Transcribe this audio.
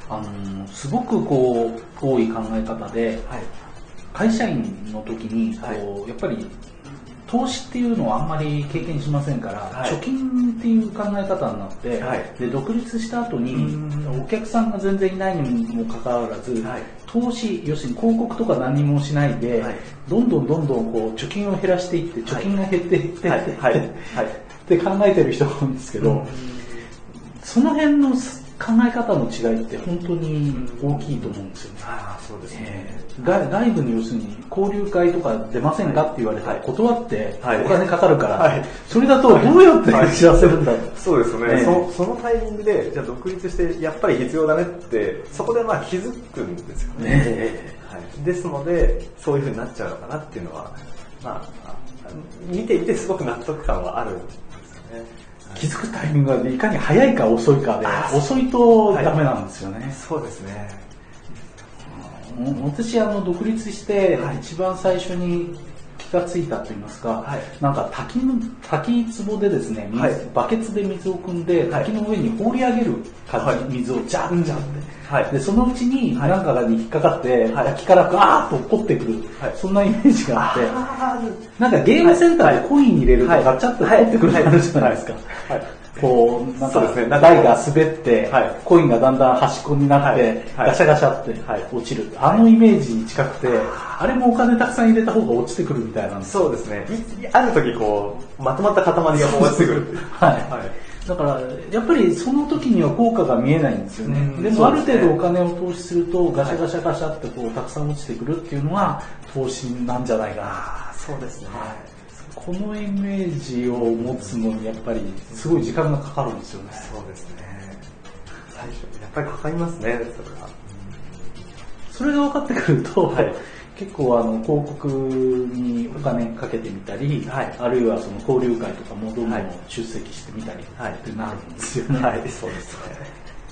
すごくこう多い考え方で、 はい、 会社員の時にこう、やっぱり投資っていうのはあんまり経験しませんから、貯金っていう考え方になって、で独立した後にお客さんが全然いないにもかかわらず、投資、要するに広告とか何もしないで、どんどんこう貯金を減らしていって貯金が減っていってって考えてる人が多いんですけど、その辺の考え方の違いって本当に大きいと思うんですよね。 そうですね。 外部に要するに交流会とか出ませんかって言われたら断ってお金かかるから、それだとどうやって知らせるんだそうですね、そのタイミングでじゃあ独立してやっぱり必要だねってそこで気づくんですよね。ですのでそういう風になっちゃうのかなっていうのは見ていてすごく納得感はあるんですよね。 気づくタイミングがいかに早いか遅いかで、遅いとダメなんですよね。 そうですね。 私独立して一番最初に気がついたと言いますか、なんか滝壺でですね、バケツで水を汲んで滝の上に放り上げる感じ、水をジャンジャンって、でそのうちに何かに引っかかって滝からガーッと落っこってくる、そんなイメージがあって、なんかゲームセンターでコイン入れるとガチャッと落っこってくるのあるじゃないですか。こうなんか台が滑って、コインがだんだん端っこになって、ガシャガシャって落ちる、あのイメージに近くて、あれもお金たくさん入れた方が落ちてくるみたいなんです。 そうですね。ある時こうまとまった塊がこう落ちてくる。 だからやっぱりその時には効果が見えないんですよね。でもある程度お金を投資するとガシャガシャガシャってこうたくさん落ちてくるっていうのは投資なんじゃないかな。 そうですね。 このイメージを持つのにやっぱりすごい時間がかかるんですよね。 そうですね。最初やっぱりかかりますね。 それが分かってくると、結構広告にお金かけてみたり、あるいはその交流会とかもどんどん出席してみたりってなるんですよね。 そうですね。